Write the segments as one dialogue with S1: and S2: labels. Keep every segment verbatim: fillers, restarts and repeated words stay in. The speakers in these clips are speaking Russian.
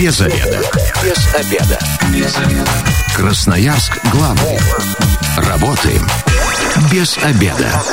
S1: Без обеда. Без обеда. Без обеда. Красноярск главный. Работаем без обеда.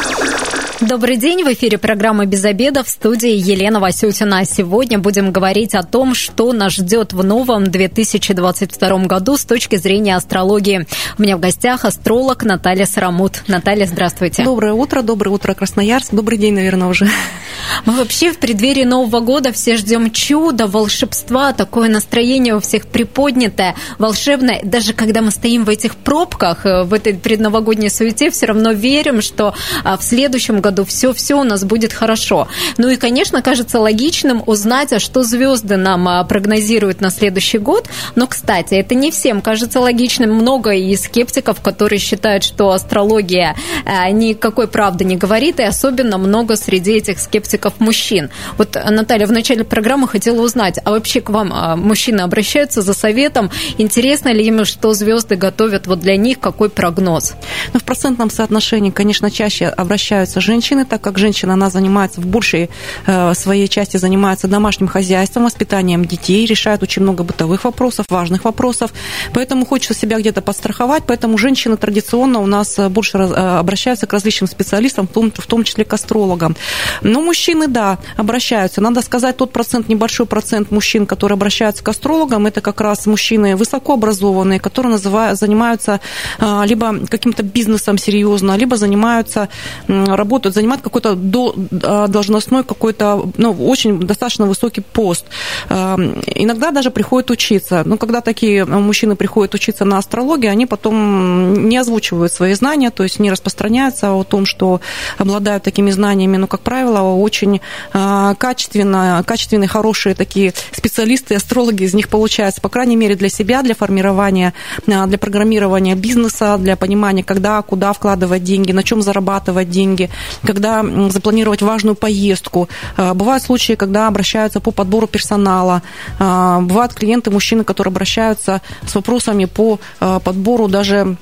S2: Добрый день, в эфире программа «Без обеда», в студии Елена Васютина. Сегодня будем говорить о том, что нас ждет в новом две тысячи двадцать втором году с точки зрения астрологии. У меня в гостях астролог Наталья Сарамут. Наталья, здравствуйте.
S3: Доброе утро, доброе утро, Красноярск. Добрый день, наверное, уже.
S2: Мы вообще в преддверии Нового года все ждем чуда, волшебства, такое настроение у всех приподнятое, волшебное. Даже когда мы стоим в этих пробках, в этой предновогодней суете, все равно верим, что в следующем году все-все у нас будет хорошо. Ну и, конечно, кажется логичным узнать, а что звезды нам прогнозируют на следующий год. Но, кстати, это не всем кажется логичным. Много и скептиков, которые считают, что астрология никакой правды не говорит, и особенно много среди этих скептиков мужчин. Вот, Наталья, в начале программы хотела узнать, а вообще к вам мужчины обращаются за советом? Интересно ли им, что звезды готовят вот для них, какой прогноз?
S3: Ну, в процентном соотношении, конечно, чаще обращаются женщины, так как женщина, она занимается в большей э, своей части, занимается домашним хозяйством, воспитанием детей, решает очень много бытовых вопросов, важных вопросов, поэтому хочется себя где-то подстраховать, поэтому женщины традиционно у нас больше раз, э, обращаются к различным специалистам, в том, в том числе к астрологам. Но мужчины, да, обращаются. Надо сказать, тот процент, небольшой процент мужчин, которые обращаются к астрологам, это как раз мужчины высокообразованные, которые называют, занимаются э, либо каким-то бизнесом серьезно, либо занимаются, э, работают, занимают какой-то до, должностной, какой-то, ну, очень достаточно высокий пост. Иногда даже приходят учиться. Но когда такие мужчины приходят учиться на астрологию, они потом не озвучивают свои знания, то есть не распространяются о том, что обладают такими знаниями. Но, как правило, очень качественно, качественные, хорошие такие специалисты, астрологи из них получаются, по крайней мере, для себя, для формирования, для программирования бизнеса, для понимания, когда, куда вкладывать деньги, на чем зарабатывать деньги, когда запланировать важную поездку. Бывают случаи, когда обращаются по подбору персонала. Бывают клиенты, мужчины, которые обращаются с вопросами по подбору даже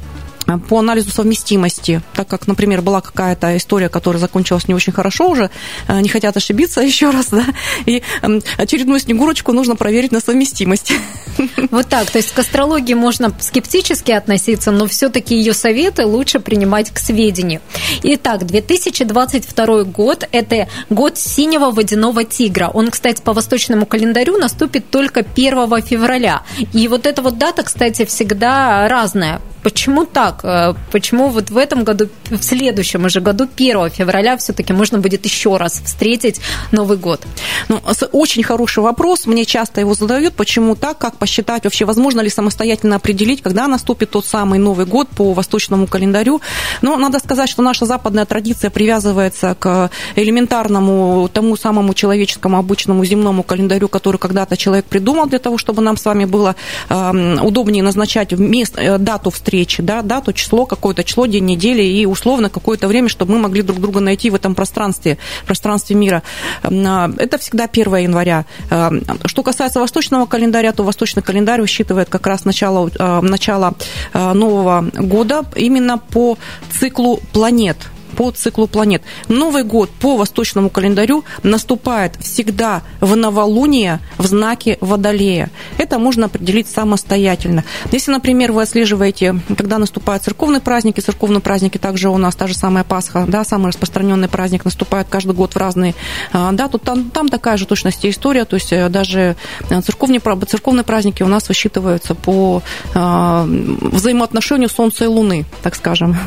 S3: по анализу совместимости, так как, например, была какая-то история, которая закончилась не очень хорошо уже, не хотят ошибиться еще раз, да, и очередную снегурочку нужно проверить на совместимость.
S2: Вот так, то есть к астрологии можно скептически относиться, но все-таки ее советы лучше принимать к сведению. Итак, две тысячи двадцать второй год – это год синего водяного тигра. Он, кстати, по восточному календарю наступит только первого февраля. И вот эта вот дата, кстати, всегда разная. Почему так? Почему вот в этом году, в следующем уже году, первого февраля, все-таки можно будет еще раз встретить Новый год?
S3: Ну, очень хороший вопрос. Мне часто его задают. Почему так? Как посчитать? Вообще, возможно ли самостоятельно определить, когда наступит тот самый Новый год по восточному календарю? Но надо сказать, что наша западная традиция привязывается к элементарному, тому самому человеческому, обычному земному календарю, который когда-то человек придумал для того, чтобы нам с вами было э, удобнее назначать место, дату встречи, да, дату, число, какое-то число, день недели и условно какое-то время, чтобы мы могли друг друга найти в этом пространстве, пространстве мира. Это всегда первого января. Что касается восточного календаря, то восточный календарь учитывает как раз начало, начало Нового года именно по циклу планет. по циклу планет. Новый год по восточному календарю наступает всегда в новолуние в знаке Водолея. Это можно определить самостоятельно. Если, например, вы отслеживаете, когда наступают церковные праздники, церковные праздники также у нас та же самая Пасха, да, самый распространенный праздник, наступает каждый год в разные даты, там, там такая же точности история, то есть даже церковные, церковные праздники у нас высчитываются по взаимоотношению Солнца и Луны, так скажем.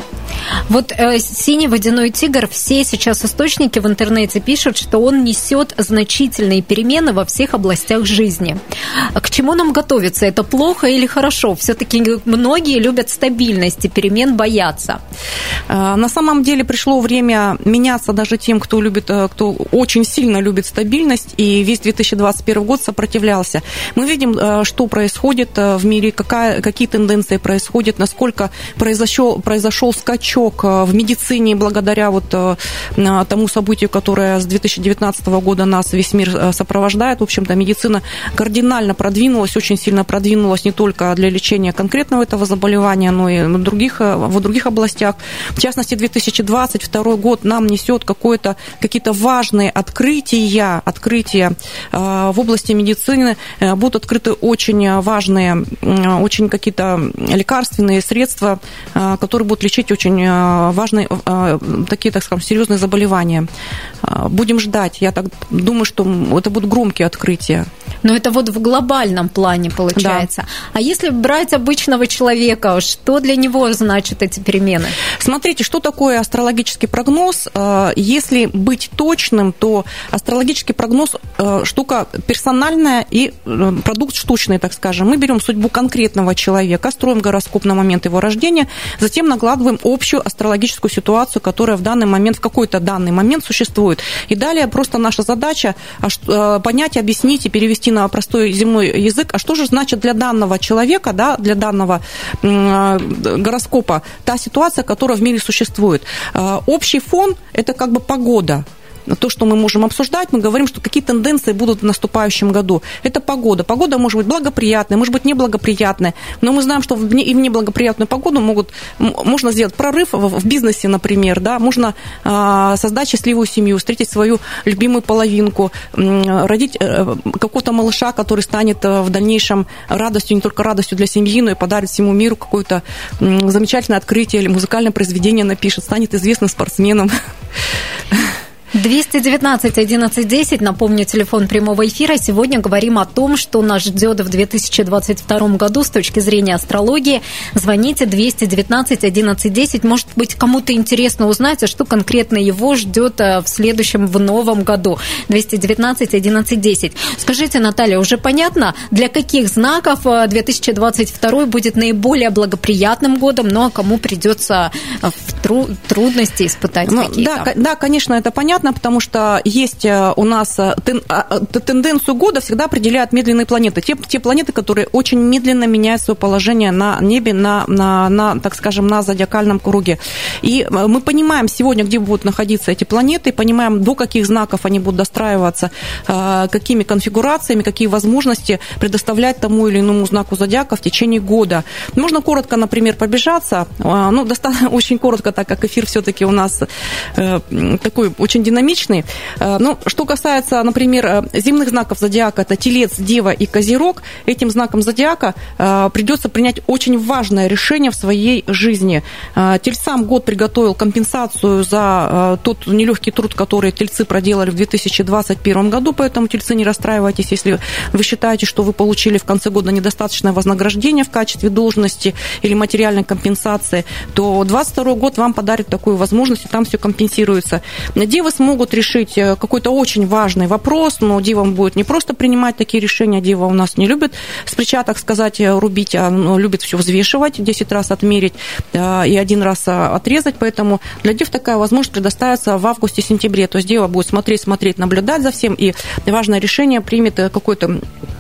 S2: Вот э, синий водяной тигр, все сейчас источники в интернете пишут, что он несет значительные перемены во всех областях жизни. К чему нам готовиться? Это плохо или хорошо? Все-таки многие любят стабильность и перемен боятся.
S3: На самом деле пришло время меняться даже тем, кто любит, кто очень сильно любит стабильность, и весь две тысячи двадцать первый год сопротивлялся. Мы видим, что происходит в мире, какая, какие тенденции происходят, насколько произошел, произошел скачок скачок в медицине благодаря вот тому событию, которое с две тысячи девятнадцатого года нас весь мир сопровождает. В общем-то, медицина кардинально продвинулась, очень сильно продвинулась не только для лечения конкретного этого заболевания, но и в других, в других областях. В частности, две тысячи двадцать второй год нам несет какое-то, какие-то важные открытия, открытия в области медицины. Будут открыты очень важные, очень какие-то лекарственные средства, которые будут лечить очень важные, такие, так скажем, серьезные заболевания. Будем ждать. Я так думаю, что это будут громкие открытия.
S2: Но это вот в глобальном плане получается. Да. А если брать обычного человека, что для него значат эти перемены?
S3: Смотрите, что такое астрологический прогноз? Если быть точным, то астрологический прогноз – штука персональная и продукт штучный, так скажем. Мы берем судьбу конкретного человека, строим гороскоп на момент его рождения, затем накладываем общую астрологическую ситуацию, которая в данный момент, в какой-то данный момент существует. И далее просто наша задача понять, объяснить и перевести на простой земной язык, а что же значит для данного человека, да, для данного гороскопа та ситуация, которая в мире существует. Общий фон – это как бы погода. То, что мы можем обсуждать, мы говорим, что какие тенденции будут в наступающем году. Это погода. Погода может быть благоприятная, может быть неблагоприятная, но мы знаем, что и в неблагоприятную погоду могут, можно сделать прорыв в бизнесе, например, да, можно создать счастливую семью, встретить свою любимую половинку, родить какого-то малыша, который станет в дальнейшем радостью, не только радостью для семьи, но и подарит всему миру какое-то замечательное открытие или музыкальное произведение напишет, станет известным спортсменом.
S2: двести девятнадцать одиннадцать десять, напомню, телефон прямого эфира. Сегодня говорим о том, что нас ждет в две тысячи двадцать втором году с точки зрения астрологии. Звоните двести девятнадцать одиннадцать десять. Может быть, кому-то интересно узнать, а что конкретно его ждет в следующем, в новом году. двести девятнадцать одиннадцать десять. Скажите, Наталья, уже понятно, для каких знаков две тысячи двадцать второй будет наиболее благоприятным годом, ну а кому придется в тру- трудности испытать
S3: ну,
S2: какие-то?
S3: Да, да, конечно, это понятно, потому что есть у нас тен, тенденцию года всегда определяют медленные планеты. Те, те планеты, которые очень медленно меняют свое положение на небе, на, на, на, так скажем, на зодиакальном круге. И мы понимаем сегодня, где будут находиться эти планеты, понимаем, до каких знаков они будут достраиваться, какими конфигурациями, какие возможности предоставлять тому или иному знаку зодиака в течение года. Можно коротко, например, пробежаться, ну, достаточно очень коротко, так как эфир все-таки у нас такой очень динамичный. Ну, что касается, например, земных знаков зодиака, это Телец, Дева и Козерог, этим знаком зодиака придется принять очень важное решение в своей жизни. Тельцам год приготовил компенсацию за тот нелегкий труд, который тельцы проделали в две тысячи двадцать первом году, поэтому, тельцы, не расстраивайтесь, если вы считаете, что вы получили в конце года недостаточное вознаграждение в качестве должности или материальной компенсации, то двадцать второй год вам подарит такую возможность, и там все компенсируется. Девы смогут решить какой-то очень важный вопрос, но девам будет не просто принимать такие решения, дева у нас не любит с плеча, так сказать, рубить, а любит все взвешивать, десять раз отмерить и один раз отрезать, поэтому для дев такая возможность предоставится в августе-сентябре, то есть дева будет смотреть, смотреть, наблюдать за всем, и важное решение примет какой-то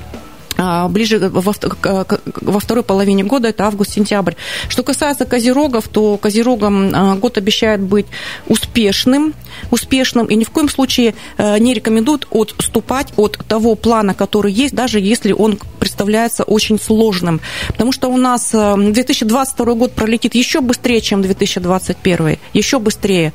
S3: ближе во, во второй половине года, это август-сентябрь. Что касается козерогов, то козерогам год обещает быть успешным, успешным, и ни в коем случае не рекомендуют отступать от того плана, который есть, даже если он представляется очень сложным. Потому что у нас две тысячи двадцать второй год пролетит еще быстрее, чем две тысячи двадцать первый, еще быстрее.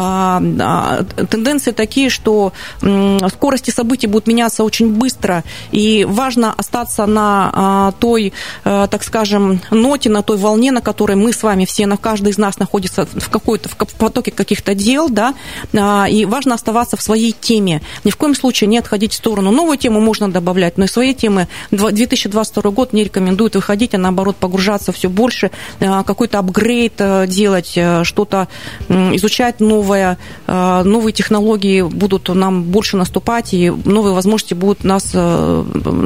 S3: Тенденции такие, что скорости событий будут меняться очень быстро, и важно остаться на той, так скажем, ноте, на той волне, на которой мы с вами все, на каждый из нас находится в какой-то в потоке каких-то дел, да, и важно оставаться в своей теме. Ни в коем случае не отходить в сторону. Новую тему можно добавлять, но из своей темы две тысячи двадцать второй год не рекомендуют выходить, а наоборот погружаться все больше, какой-то апгрейд делать, что-то изучать новое, новые технологии будут нам больше наступать, и новые возможности будут нас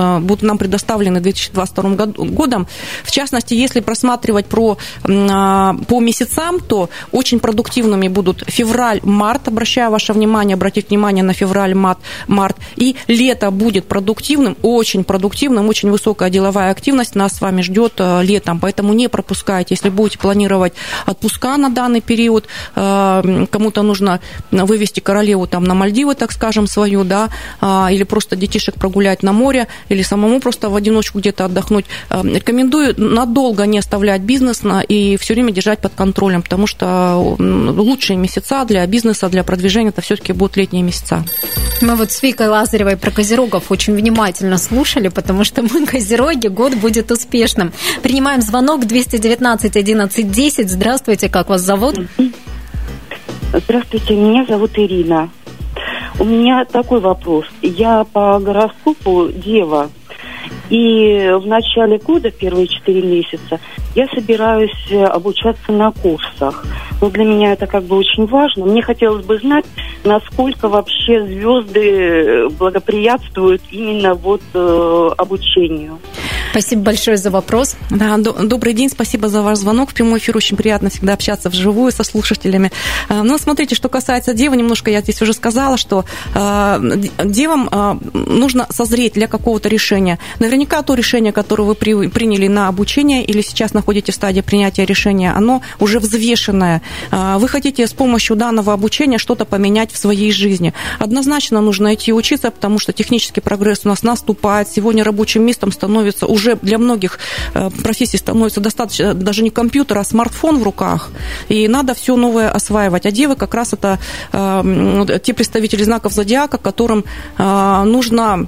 S3: будут нам предоставлены две тысячи двадцать вторым годом. В частности, если просматривать про, по месяцам, то очень продуктивными будут февраль-март, обращаю ваше внимание, обратите внимание на февраль-март, и лето будет продуктивным, очень продуктивным, очень высокая деловая активность нас с вами ждет летом, поэтому не пропускайте, если будете планировать отпуска на данный период, кому-то нужно вывести королеву там на Мальдивы, так скажем, свою, да, или просто детишек прогулять на море, или самому просто в одиночку где-то отдохнуть. Рекомендую надолго не оставлять бизнес и все время держать под контролем, потому что лучшие месяца для бизнеса, для продвижения, это все-таки будут летние месяца.
S2: Мы вот с Викой Лазаревой про козерогов очень внимательно слушали, потому что мы козероги, год будет успешным. Принимаем звонок двести девятнадцать одиннадцать десять. Здравствуйте, как вас зовут?
S4: Здравствуйте, меня зовут Ирина. У меня такой вопрос. Я по гороскопу дева, и в начале года, первые четыре месяца, я собираюсь обучаться на курсах. Но для меня это как бы очень важно. Мне хотелось бы знать, насколько вообще звезды благоприятствуют именно вот э, обучению.
S2: Спасибо большое за вопрос.
S3: Да, добрый день, спасибо за ваш звонок. В прямой эфир очень приятно всегда общаться вживую со слушателями. Но смотрите, что касается девы, немножко я здесь уже сказала, что девам нужно созреть для какого-то решения. Наверняка то решение, которое вы приняли на обучение или сейчас находитесь в стадии принятия решения, оно уже взвешенное. Вы хотите с помощью данного обучения что-то поменять в своей жизни. Однозначно нужно идти учиться, потому что технический прогресс у нас наступает. Сегодня рабочим местом становится уже уже для многих профессий становится достаточно даже не компьютер, а смартфон в руках, и надо все новое осваивать. А девы как раз это э, те представители знаков зодиака, которым э, нужно...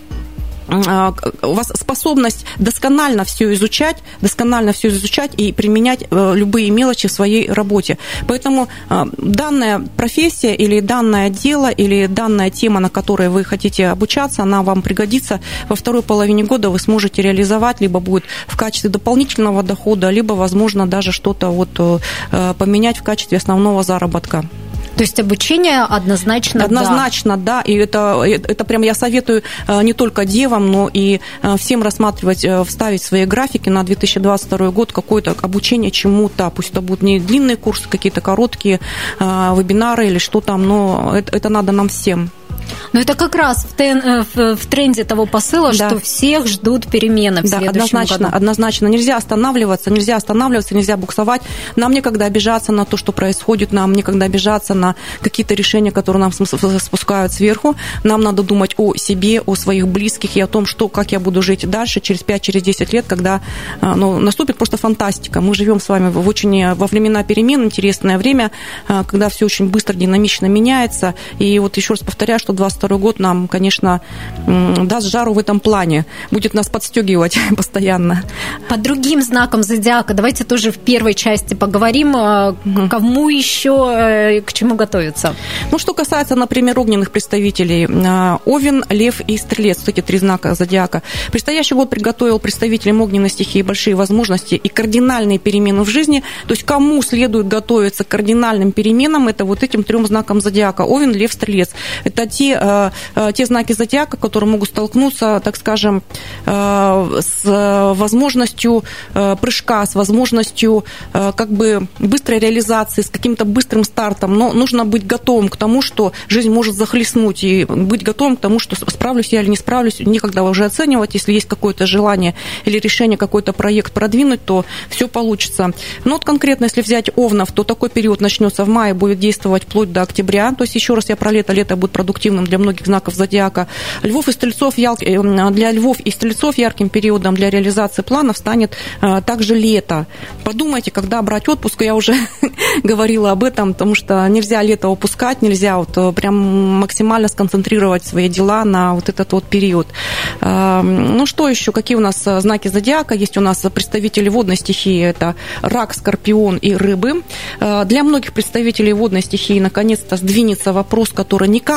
S3: у вас способность досконально все изучать, досконально все изучать и применять любые мелочи в своей работе. Поэтому данная профессия или данное дело, или данная тема, на которой вы хотите обучаться, она вам пригодится. Во второй половине года вы сможете реализовать, либо будет в качестве дополнительного дохода, либо, возможно, даже что-то вот поменять в качестве основного заработка.
S2: То есть обучение однозначно,
S3: однозначно, да. да. И это, это прям я советую не только девам, но и всем рассматривать, вставить в свои графики на две тысячи двадцать второй год какое-то обучение чему-то. Пусть это будут не длинные курсы, какие-то короткие вебинары или что там, но это, это надо нам всем.
S2: Но это как раз в, тен, в тренде того посыла, да. что всех ждут перемены в
S3: да,
S2: следующем
S3: однозначно,
S2: году.
S3: Однозначно. Нельзя останавливаться, нельзя останавливаться, нельзя буксовать. Нам некогда обижаться на то, что происходит, нам некогда обижаться на какие-то решения, которые нам спускают сверху. Нам надо думать о себе, о своих близких и о том, что, как я буду жить дальше, через пять, через десять лет, когда ну, наступит просто фантастика. Мы живем с вами в очень, во времена перемен, интересное время, когда все очень быстро, динамично меняется. И вот еще раз повторяю, что двадцать второй год нам, конечно, даст жару в этом плане, будет нас подстегивать постоянно.
S2: По другим знакам зодиака давайте тоже в первой части поговорим, mm-hmm. кому еще, к чему готовиться.
S3: Ну, что касается, например, огненных представителей, Овен, Лев и Стрелец, вот эти три знака зодиака. Предстоящий год приготовил представителям огненной стихии большие возможности и кардинальные перемены в жизни. То есть кому следует готовиться к кардинальным переменам, это вот этим трем знакам зодиака. Овен, Лев, Стрелец. Это те, те знаки зодиака, которые могут столкнуться, так скажем, с возможностью прыжка, с возможностью как бы быстрой реализации, с каким-то быстрым стартом. Но нужно быть готовым к тому, что жизнь может захлестнуть, и быть готовым к тому, что справлюсь я или не справлюсь, некогда уже оценивать. Если есть какое-то желание или решение какой-то проект продвинуть, то все получится. Но вот конкретно, если взять Овнов, то такой период начнется в мае, будет действовать вплоть до октября. То есть еще раз я про лето, лето будет продуктивным для многих знаков зодиака. Львов и Стрельцов, для Львов и Стрельцов ярким периодом для реализации планов станет также лето. Подумайте, когда брать отпуск, я уже говорила об этом, потому что нельзя лето упускать, нельзя вот прям максимально сконцентрировать свои дела на вот этот вот период. Ну что еще, какие у нас знаки зодиака? Есть у нас представители водной стихии, это Рак, Скорпион и Рыбы. Для многих представителей водной стихии наконец-то сдвинется вопрос, который никак не решался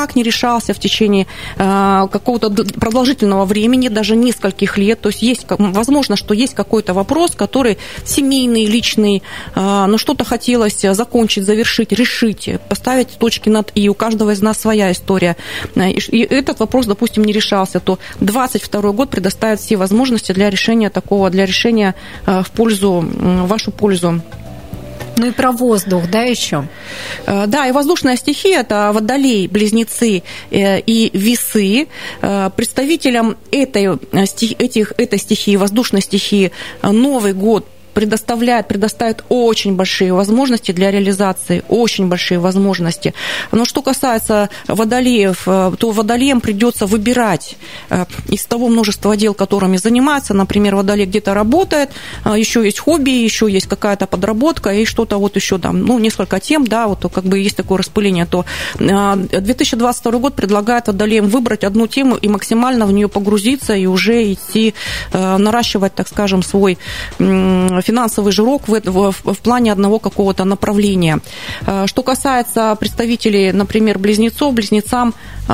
S3: решался в течение какого-то продолжительного времени, даже нескольких лет. То есть есть, возможно, что есть какой-то вопрос, который семейный, личный, но что-то хотелось закончить, завершить, решить, поставить точки над «и». У каждого из нас своя история. И этот вопрос, допустим, не решался, то двадцать второй год предоставит все возможности для решения такого, для решения в пользу, в вашу пользу.
S2: Ну и про воздух, да, еще?
S3: Да, и воздушная стихия – это Водолей, Близнецы и Весы. Представителям этой, этих, этой стихии, воздушной стихии, Новый год предоставляет, предоставит очень большие возможности для реализации, очень большие возможности. Но что касается водолеев, то водолеям придется выбирать из того множества дел, которыми занимаются. Например, водолей где-то работает, еще есть хобби, еще есть какая-то подработка и что-то вот еще там, ну, несколько тем, да, вот как бы есть такое распыление, то две тысячи двадцать второй год предлагает водолеям выбрать одну тему и максимально в нее погрузиться и уже идти, наращивать, так скажем, свой финансовый жирок в, в, в плане одного какого-то направления. Что касается представителей, например, близнецов, близнецам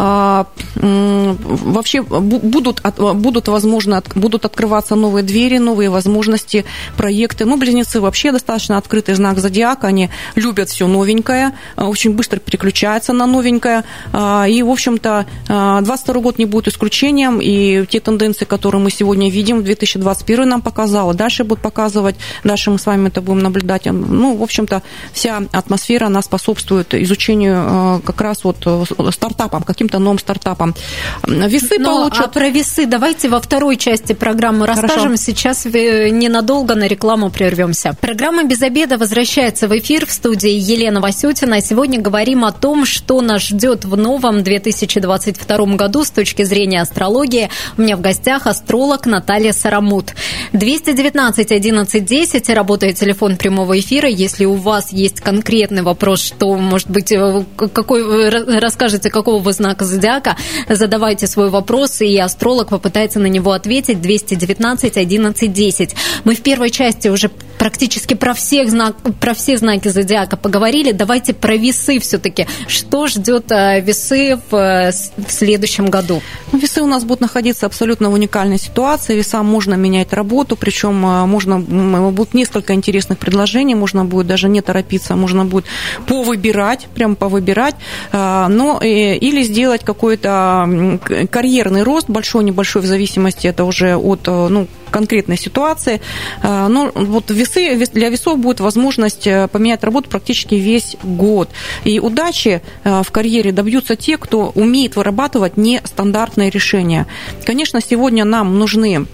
S3: вообще будут, будут, возможно, будут открываться новые двери, новые возможности, проекты. Ну, близнецы вообще достаточно открытый знак зодиака, они любят все новенькое, очень быстро переключаются на новенькое. И, в общем-то, двадцать второй год не будет исключением, и те тенденции, которые мы сегодня видим, две тысячи двадцать первый нам показал, дальше будут показывать, дальше мы с вами это будем наблюдать. Ну, в общем-то, вся атмосфера, она способствует изучению как раз вот стартапам, каким-то новым стартапам. Весы
S2: Но,
S3: получат...
S2: А про весы давайте во второй части программы расскажем. Хорошо. Сейчас ненадолго на рекламу прервемся. Программа «Без обеда» возвращается в эфир. В студии Елена Васютина. Сегодня говорим о том, что нас ждет в новом две тысячи двадцать втором году с точки зрения астрологии. У меня в гостях астролог Наталья Сарамут. двести девятнадцать одиннадцать десять работает телефон прямого эфира. Если у вас есть конкретный вопрос, что, может быть, какой, расскажете, какого вы знака зодиака, задавайте свой вопрос, и астролог попытается на него ответить. Двести девятнадцать одиннадцать десять. Мы в первой части уже практически про, всех знак, про все знаки зодиака поговорили. Давайте про весы все-таки. Что ждет весы в, в следующем году?
S3: Весы у нас будут находиться абсолютно в уникальной ситуации. Весам можно менять работу, причем можно, будут несколько интересных предложений, можно будет даже не торопиться, можно будет повыбирать, прям повыбирать, но или сделать какой-то карьерный рост, большой-небольшой, в зависимости это уже от, ну, конкретной ситуации. Но вот весы, для весов будет возможность поменять работу практически весь год. И удачи в карьере добьются те, кто умеет вырабатывать нестандартные решения. Конечно, сегодня нам нужны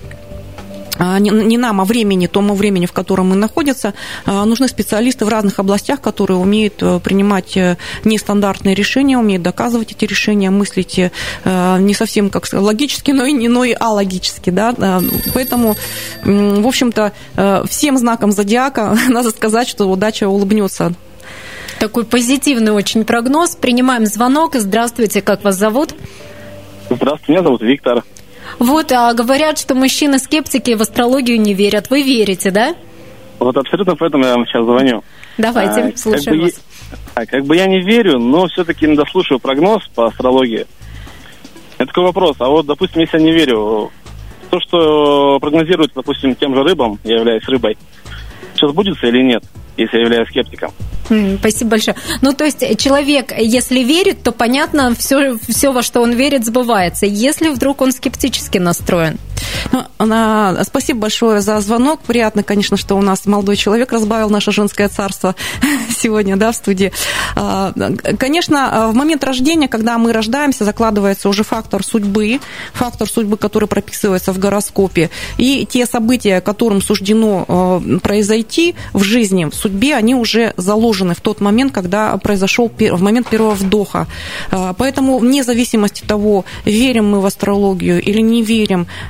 S3: не нам, а времени, тому времени, в котором мы находимся, нужны специалисты в разных областях, которые умеют принимать нестандартные решения, умеют доказывать эти решения, мыслить не совсем как логически, но и, но и алогически. Да? Поэтому, в общем-то, всем знакам зодиака надо сказать, что удача улыбнется.
S2: Такой позитивный очень прогноз. Принимаем звонок. Здравствуйте, как вас зовут?
S5: Здравствуйте, меня зовут Виктор.
S2: Вот, а говорят, что мужчины-скептики в астрологию не верят. Вы верите, да?
S5: Вот абсолютно поэтому я вам сейчас звоню.
S2: Давайте, а, слушаем
S5: как бы
S2: вас.
S5: Я, а, как бы я не верю, но все-таки дослушаю прогноз по астрологии. Это такой вопрос. А вот, допустим, если я не верю, то, что прогнозируют, допустим, тем же рыбам, я являюсь рыбой, сейчас сбудется или нет, если я являюсь скептиком?
S2: Спасибо большое. Ну, то есть человек, если верит, то понятно, все, все, во что он верит, сбывается. Если вдруг он скептически настроен.
S3: Ну, она... Спасибо большое за звонок. Приятно, конечно, что у нас молодой человек разбавил наше женское царство сегодня, да, в студии. Конечно, в момент рождения, когда мы рождаемся, закладывается уже фактор судьбы, фактор судьбы, который прописывается в гороскопе, и те события, которым суждено произойти в жизни, в судьбе, они уже заложены в тот момент, когда произошел в момент первого вдоха. Поэтому вне зависимости от того, верим мы в астрологию или не верим,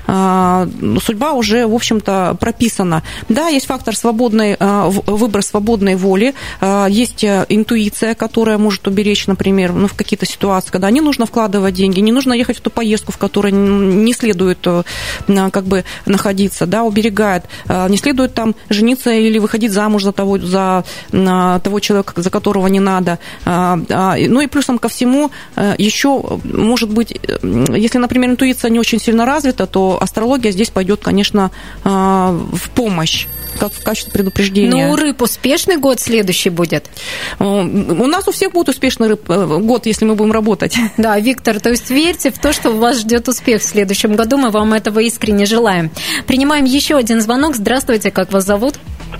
S3: судьба уже, в общем-то, прописана. Да, есть фактор свободной, выбор свободной воли, есть интуиция, которая может уберечь, например, ну, в какие-то ситуации, когда не нужно вкладывать деньги, не нужно ехать в ту поездку, в которой не следует как бы находиться, да, уберегает. Не следует там жениться или выходить замуж за того, за того человека, за которого не надо. Ну и плюсом ко всему, еще, может быть, если, например, интуиция не очень сильно развита, то астрология здесь пойдет, конечно, в помощь, как в качестве предупреждения.
S2: Но у рыб успешный год следующий будет?
S3: У нас у всех будет успешный рыб, год, если мы будем работать.
S2: Да, Виктор, то есть верьте в то, что вас ждет успех в следующем году. Мы вам этого искренне желаем. Принимаем еще один звонок. Здравствуйте, как вас зовут?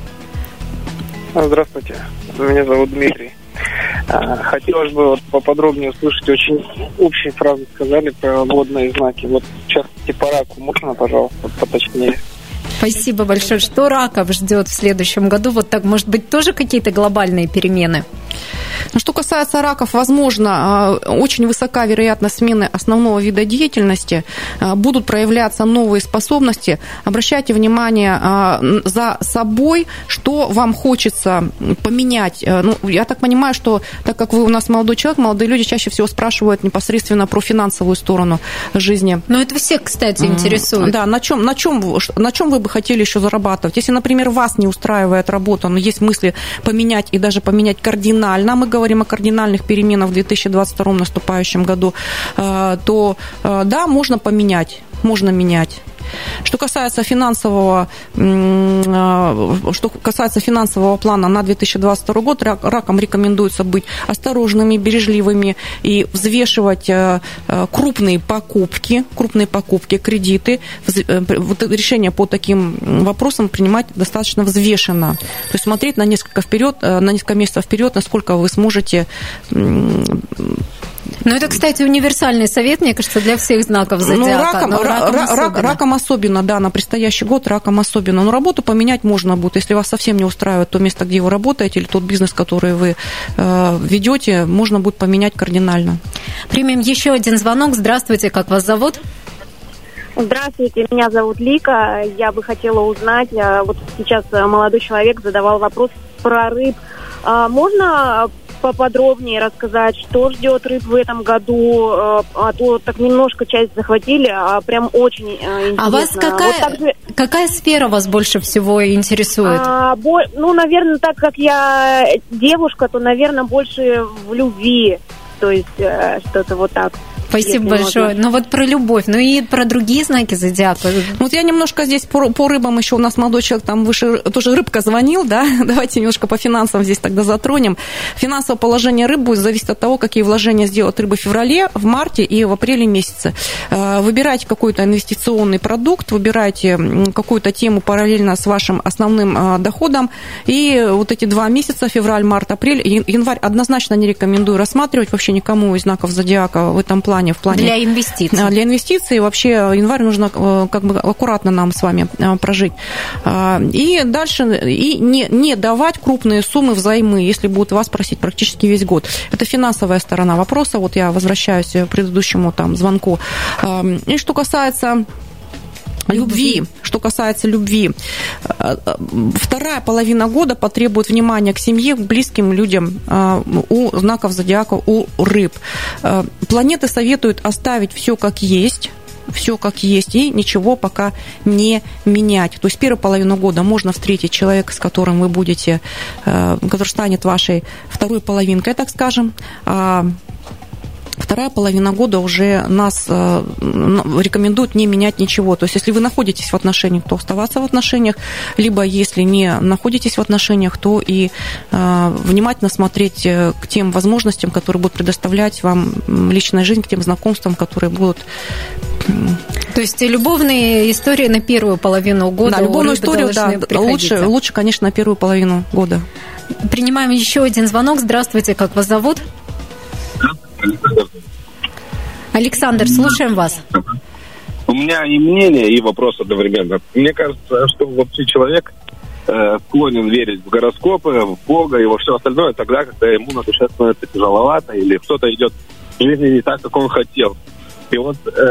S6: Здравствуйте, меня зовут Дмитрий. Хотелось бы вот поподробнее услышать, очень общие фразы сказали про водные знаки. Вот в частности по раку можно, пожалуйста, поточнее?
S2: Спасибо большое. Что раков ждет в следующем году? Вот так, может быть, тоже какие-то глобальные перемены?
S3: Что касается раков, возможно, очень высока вероятность смены основного вида деятельности, будут проявляться новые способности. Обращайте внимание за собой, что вам хочется поменять. Ну, я так понимаю, что так как вы у нас молодой человек, молодые люди чаще всего спрашивают непосредственно про финансовую сторону жизни.
S2: Но это всех, кстати, интересует.
S3: Да, на чем, на чем, на чем вы бы хотели еще зарабатывать? Если, например, вас не устраивает работа, но есть мысли поменять и даже поменять кардинально, мы говорим о кардинальных переменах в две тысячи двадцать втором наступающем году, то да, можно поменять, можно менять. Что касается финансового, что касается финансового плана на две тысячи двадцать второй год, ракам рекомендуется быть осторожными, бережливыми и взвешивать крупные покупки, крупные покупки, кредиты. Вот решение по таким вопросам принимать достаточно взвешенно. То есть смотреть на несколько вперед, на несколько месяцев вперед, насколько вы сможете.
S2: Ну, это, кстати, универсальный совет, мне кажется, для всех знаков зодиака.
S3: Ну, раком, раком, рак, особенно. раком особенно, да, на предстоящий год раком особенно. Но работу поменять можно будет. Если вас совсем не устраивает то место, где вы работаете, или тот бизнес, который вы э, ведете, можно будет поменять кардинально.
S2: Примем еще один звонок. Здравствуйте, как вас зовут?
S7: Здравствуйте, меня зовут Лика. Я бы хотела узнать, вот сейчас молодой человек задавал вопрос про рыб. Можно поподробнее рассказать, что ждет рыб в этом году, а то так немножко часть захватили, а прям очень интересно.
S2: А вас какая, вот также... какая сфера вас больше всего интересует?
S7: А, бо... Ну, наверное, так как я девушка, то, наверное, больше в любви, то есть что-то вот так.
S2: Спасибо большое. Можно. Ну вот про любовь, ну и про другие знаки зодиака.
S3: Вот я немножко здесь по, по рыбам еще, у нас молодой человек там выше, тоже рыбка звонил, да, давайте немножко по финансам здесь тогда затронем. Финансовое положение рыб будет зависеть от того, какие вложения сделает рыба в феврале, в марте и в апреле месяце. Выбирайте какой-то инвестиционный продукт, выбирайте какую-то тему параллельно с вашим основным доходом, и вот эти два месяца, февраль, март, апрель, январь однозначно не рекомендую рассматривать вообще никому из знаков зодиака в этом плане. В плане
S2: для инвестиций.
S3: Для инвестиций. Вообще январь нужно как бы аккуратно нам с вами прожить. И дальше и не, не давать крупные суммы взаймы, если будут вас просить практически весь год. Это финансовая сторона вопроса. Вот я возвращаюсь к предыдущему там звонку. И что касается любви. Что касается любви, вторая половина года потребует внимания к семье, к близким людям у знаков зодиака, у рыб. Планеты советуют оставить все как есть, все как есть, и ничего пока не менять. То есть первую половину года можно встретить человека, с которым вы будете, который станет вашей второй половинкой, так скажем. Вторая половина года уже нас э, рекомендуют не менять ничего. То есть, если вы находитесь в отношениях, то оставаться в отношениях, либо если не находитесь в отношениях, то и э, внимательно смотреть к тем возможностям, которые будут предоставлять вам личная жизнь, к тем знакомствам, которые будут...
S2: То есть любовные истории на первую половину года.
S3: Да, любовную историю, да, лучше, лучше, конечно, на первую половину года.
S2: Принимаем еще один звонок. Здравствуйте, как вас зовут?
S8: Александр.
S2: Александр, слушаем вас.
S8: У меня и мнение, и вопрос одновременно. Мне кажется, что вообще человек э, склонен верить в гороскопы, в Бога и во все остальное тогда, когда ему на душе становится тяжеловато или кто-то идет в жизни не так, как он хотел. И вот э,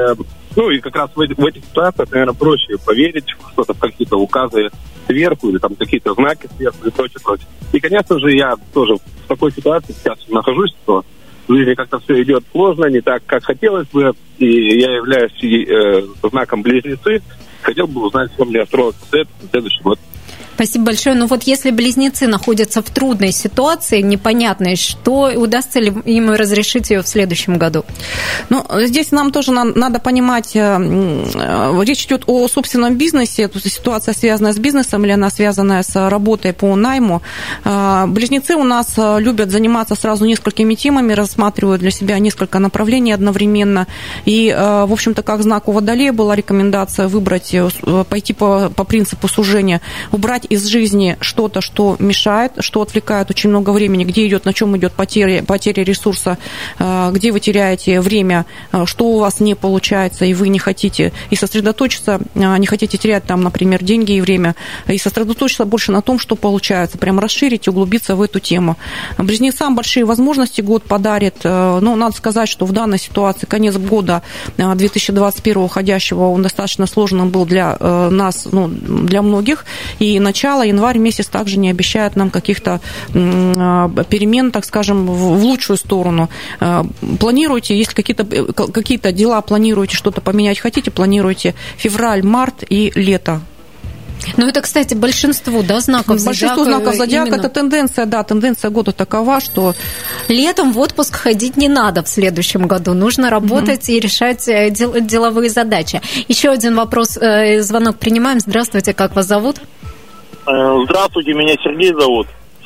S8: Ну, и как раз в, в этих ситуациях, наверное, проще поверить в что-то, в какие-то указы сверху или там какие-то знаки сверху и прочее, прочее. И, конечно же, я тоже в такой ситуации сейчас нахожусь, что в жизни как-то все идет сложно, не так, как хотелось бы, и я являюсь э, знаком близнецы. Хотел бы узнать, что мне астролог советует на следующий год.
S2: Спасибо большое. Ну вот если близнецы находятся в трудной ситуации, непонятной, что удастся ли им разрешить ее в следующем году?
S3: Ну, здесь нам тоже надо понимать, речь идет о собственном бизнесе, то есть ситуация связанная с бизнесом или она связанная с работой по найму. Близнецы у нас любят заниматься сразу несколькими темами, рассматривают для себя несколько направлений одновременно. И, в общем-то, как знак у Водолея была рекомендация выбрать, пойти по, по принципу сужения, убрать из жизни что-то, что мешает, что отвлекает очень много времени, где идет, на чем идет потеря, потеря ресурса, где вы теряете время, что у вас не получается, и вы не хотите, и сосредоточиться, не хотите терять там, например, деньги и время, и сосредоточиться больше на том, что получается, прям расширить, углубиться в эту тему. Близнецам большие возможности год подарит, но надо сказать, что в данной ситуации конец года две тысячи двадцать первого уходящего, он достаточно сложным был для нас, ну, для многих, и начало январь месяц также не обещает нам каких-то перемен, так скажем, в лучшую сторону. Планируйте, если какие-то, какие-то дела планируете, что-то поменять хотите, планируйте февраль, март и лето.
S2: Ну, это, кстати, большинству, да, знаков зодиака.
S3: Большинство знаков зодиака, это тенденция, да, тенденция года такова, что...
S2: Летом в отпуск ходить не надо в следующем году. Нужно работать mm-hmm. и решать дел- деловые задачи. Еще один вопрос, звонок принимаем. Здравствуйте, как вас зовут?
S9: Здравствуйте, меня Сергей зовут.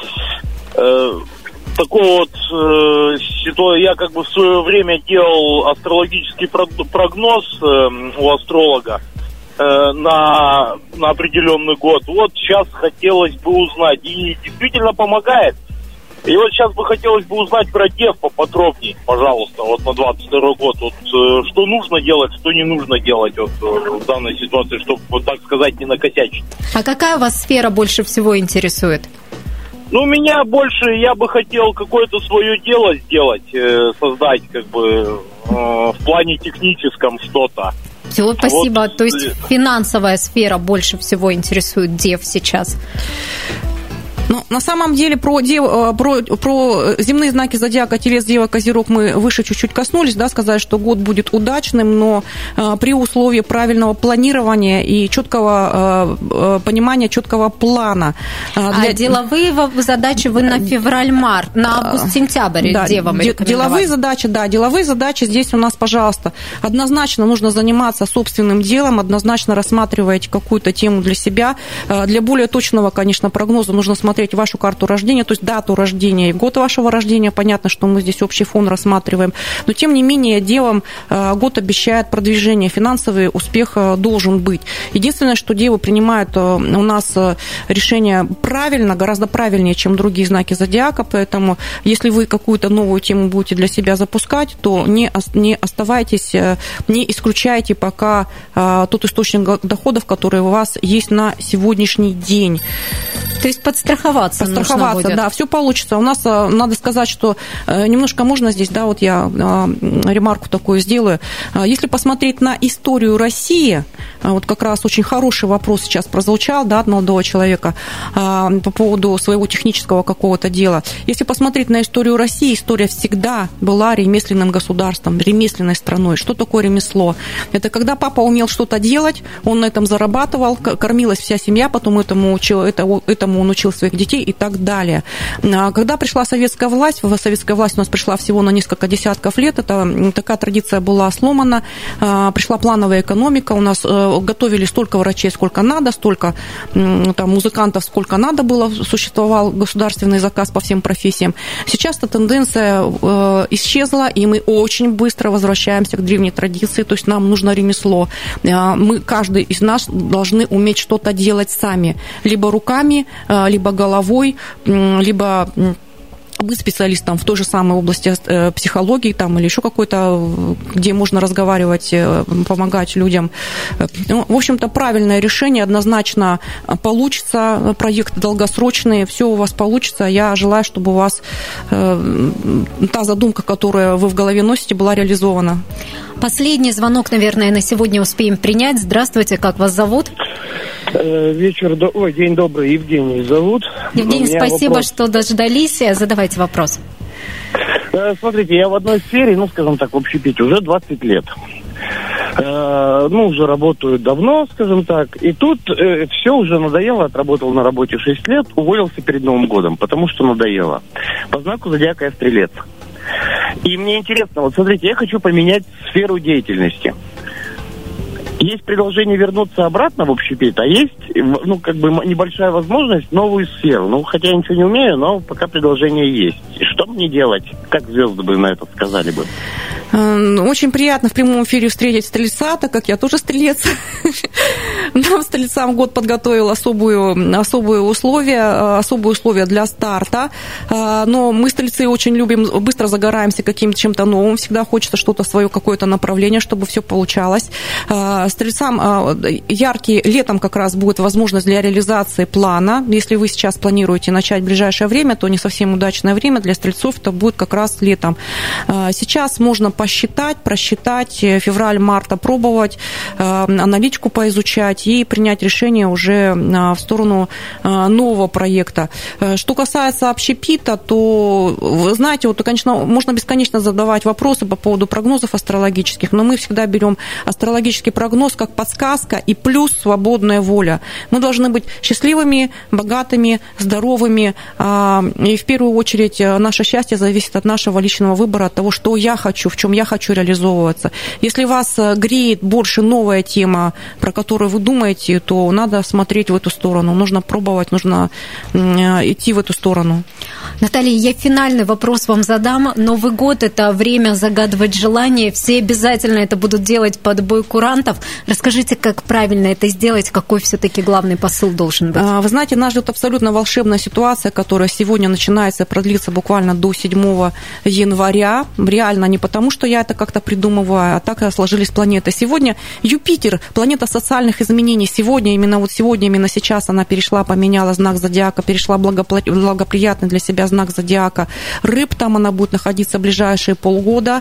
S9: Такой вот э, ситуация, я как бы в свое время делал астрологический прогноз э, у астролога э, на, на определенный год. Вот сейчас хотелось бы узнать, и действительно помогает. И вот сейчас бы хотелось бы узнать про Дев поподробнее, пожалуйста, вот на двадцать второй год. Вот э, что нужно делать, что не нужно делать вот, э, в данной ситуации, чтобы, вот так сказать, не накосячить.
S2: А какая вас сфера больше всего интересует?
S9: Ну, меня больше, я бы хотел какое-то свое дело сделать, э, создать, как бы, э, в плане техническом что-то.
S2: Все, спасибо.
S9: Вот.
S2: То есть финансовая сфера больше всего интересует Дев сейчас?
S3: Ну, на самом деле, про, дев, про, про земные знаки зодиака, Телец, Дева, Козерог мы выше чуть-чуть коснулись, да, сказать, что год будет удачным, но э, при условии правильного планирования и четкого э, понимания, четкого плана. Э, для... А
S2: деловые задачи вы на февраль-март, на август-сентябрь
S3: да,
S2: девам рекомендовали?
S3: Деловые задачи, да, деловые задачи здесь у нас, пожалуйста, однозначно нужно заниматься собственным делом, однозначно рассматривайте какую-то тему для себя. Э, для более точного, конечно, прогноза нужно смотреть вашу карту рождения, то есть дату рождения и год вашего рождения. Понятно, что мы здесь общий фон рассматриваем. Но, тем не менее, девам год обещает продвижение. Финансовый успех должен быть. Единственное, что девы принимают у нас решение правильно, гораздо правильнее, чем другие знаки зодиака. Поэтому, если вы какую-то новую тему будете для себя запускать, то не, не оставайтесь, не исключайте пока тот источник доходов, который у вас есть на сегодняшний день.
S2: То есть подстраховаться,
S3: подстраховаться,
S2: нужно будет.
S3: Да, все получится. У нас, надо сказать, что немножко можно здесь, да, вот я ремарку такую сделаю. Если посмотреть на историю России, вот как раз очень хороший вопрос сейчас прозвучал, да, от молодого человека по поводу своего технического какого-то дела. Если посмотреть на историю России, история всегда была ремесленным государством, ремесленной страной. Что такое ремесло? Это когда папа умел что-то делать, он на этом зарабатывал, кормилась вся семья, потом этому учил, это, этому он учил своих детей и так далее. Когда пришла советская власть, советская власть у нас пришла всего на несколько десятков лет, это, такая традиция была сломана, пришла плановая экономика, у нас готовили столько врачей, сколько надо, столько там, музыкантов, сколько надо было, существовал государственный заказ по всем профессиям. Сейчас эта тенденция исчезла, и мы очень быстро возвращаемся к древней традиции, то есть нам нужно ремесло. Мы, каждый из нас должны уметь что-то делать сами, либо руками, либо головой, либо быть специалистом в той же самой области психологии там, или еще какой-то, где можно разговаривать, помогать людям. Ну, в общем-то, правильное решение, однозначно получится, проект долгосрочный, все у вас получится. Я желаю, чтобы у вас э, та задумка, которую вы в голове носите, была реализована.
S2: Последний звонок, наверное, на сегодня успеем принять. Здравствуйте, как вас зовут?
S10: Вечер, ой, день добрый, Евгений зовут.
S2: Евгений, спасибо,
S10: вопрос.
S2: что дождались. Задавайте вопрос.
S10: Смотрите, я в одной сфере, ну, скажем так, в общепите уже двадцать лет. Ну, уже работаю давно, скажем так. И тут э, все уже надоело. Отработал на работе шесть лет, уволился перед Новым годом, потому что надоело. По знаку зодиака я стрелец. И мне интересно, вот смотрите, я хочу поменять сферу деятельности. Есть предложение вернуться обратно в общепит, а есть, ну, как бы небольшая возможность новую сферу. Ну, хотя я ничего не умею, но пока предложение есть. И что мне делать? Как звезды бы на это сказали бы?
S3: Очень приятно в прямом эфире встретить стрельца, так как я тоже стрелец. Нам стрельцам год подготовил особую, особые условия, особые условия для старта. Но мы, стрельцы, очень любим, быстро загораемся каким-то чем-то новым. Всегда хочется что-то свое, какое-то направление, чтобы все получалось. Стрельцам яркий, летом как раз будет возможность для реализации плана. Если вы сейчас планируете начать в ближайшее время, то не совсем удачное время для стрельцов, это будет как раз летом. Сейчас можно посчитать, просчитать, февраль-март опробовать, аналитику поизучать и принять решение уже в сторону нового проекта. Что касается общепита, то, вы знаете, вот, конечно, можно бесконечно задавать вопросы по поводу прогнозов астрологических, но мы всегда берем астрологический прогноз как подсказка и плюс свободная воля. Мы должны быть счастливыми, богатыми, здоровыми, и в первую очередь наше счастье зависит от нашего личного выбора, от того, что я хочу, в чем я хочу реализовываться. Если вас греет больше новая тема, про которую вы думаете, то надо смотреть в эту сторону, нужно пробовать, нужно идти в эту сторону.
S2: Наталья, я финальный вопрос вам задам. Новый год – это время загадывать желания. Все обязательно это будут делать под бой курантов. Расскажите, как правильно это сделать, какой все-таки главный посыл должен быть?
S3: Вы знаете, нас ждет абсолютно волшебная ситуация, которая сегодня начинается и продлится буквально до седьмого января. Реально не потому, что я это как-то придумываю, а так сложились планеты. Сегодня Юпитер, планета социальных изменений. Сегодня, именно вот сегодня, именно сейчас она перешла, поменяла знак зодиака, перешла благоприятный для себя знак зодиака Рыб. Там она будет находиться ближайшие полгода.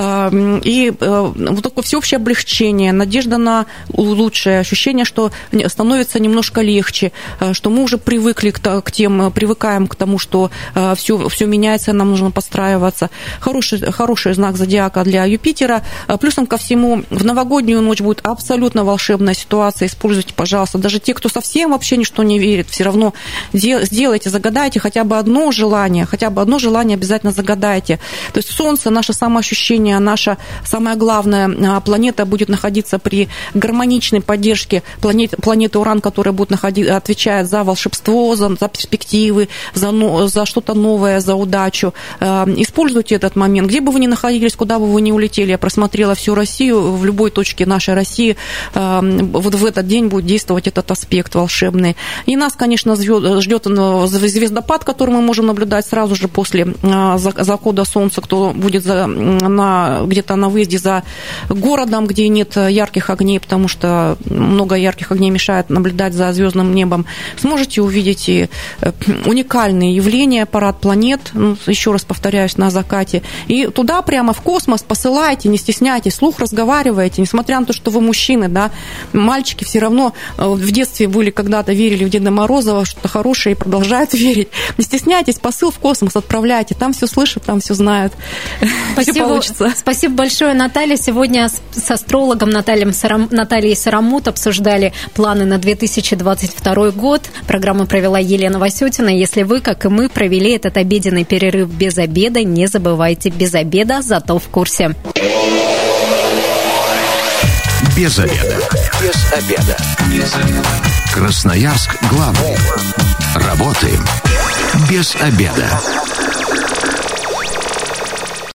S3: И вот такое всеобщее облегчение, надежда на лучшее, ощущение, что становится немножко легче, что мы уже привыкли к тем, привыкаем к тому, что все, все меняется, нам нужно подстраиваться. Хороший, хороший знак зодиака для Юпитера. Плюсом ко всему, в новогоднюю ночь будет абсолютно волшебная ситуация. Используйте, пожалуйста. Даже те, кто совсем вообще ничто не верит, все равно сделайте, загадайте хотя бы одно желание, хотя бы одно желание обязательно загадайте. То есть Солнце, наше самоощущение, наша самая главная планета будет находиться при гармоничной поддержке планеты, планеты Уран, которая будет находить, отвечает за волшебство, за, за перспективы, за, за что-то новое, за удачу. Используйте этот момент. Где бы вы ни находились, куда бы вы ни улетели, я просмотрела всю Россию, в любой точке нашей России вот в этот день будет действовать этот аспект волшебный. И нас, конечно, ждет звездопад, который мы можем наблюдать сразу же после захода Солнца, кто будет за, на, где-то на выезде за городом, где нет ярких огней, потому что много ярких огней мешает наблюдать за звездным небом. Сможете увидеть и уникальные явления, парад планет, ну, еще раз повторяюсь, на закате. И туда прямо в космос посылайте, не стесняйтесь, вслух разговаривайте, несмотря на то, что вы мужчины, да, мальчики все равно в детстве были когда-то, верили в Деда Мороза, во что-то хорошее и продолжают верить. Не стесняйтесь, посыл в космос отправляйте, там все слышат, там все знают.
S2: Спасибо, все получится. Спасибо большое, Наталья. Сегодня с астрологом Натальей, Сарам, Натальей Сарамут обсуждали планы на две тысячи двадцать второй год. Программу провела Елена Васютина. Если вы, как и мы, провели этот обеденный перерыв без обеда, не забывайте, без обеда, зато в курсе.
S1: Без обеда. Без обеда. Без обеда. Красноярск главный. Работаем без обеда.